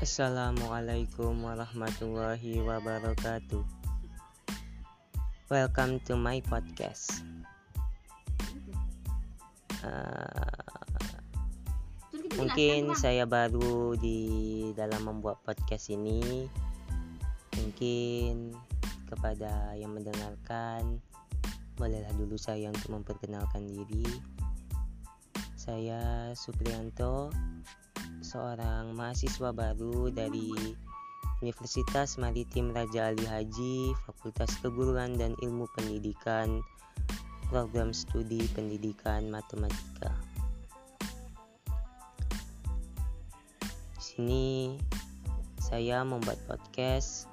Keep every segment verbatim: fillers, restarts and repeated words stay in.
Assalamualaikum warahmatullahi wabarakatuh. Welcome to my podcast. Uh, mungkin saya baru di dalam membuat podcast ini. Mungkin kepada yang mendengarkan, bolehlah dulu saya untuk memperkenalkan diri. Saya Supriyanto, seorang mahasiswa baru dari Universitas Maritim Raja Ali Haji, Fakultas Keguruan dan Ilmu Pendidikan, Program Studi Pendidikan Matematika. Di sini saya membuat podcast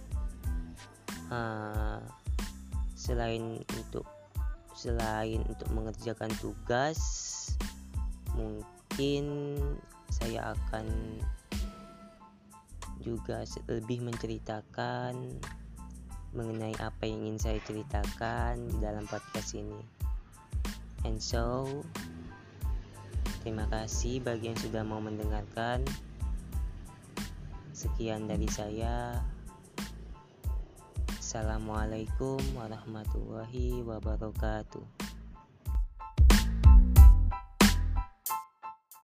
uh, selain untuk selain untuk mengerjakan tugas, mungkin saya akan juga lebih menceritakan mengenai apa yang ingin saya ceritakan di dalam podcast ini. And so, terima kasih bagi yang sudah mau mendengarkan. Sekian dari saya. Assalamualaikum warahmatullahi wabarakatuh.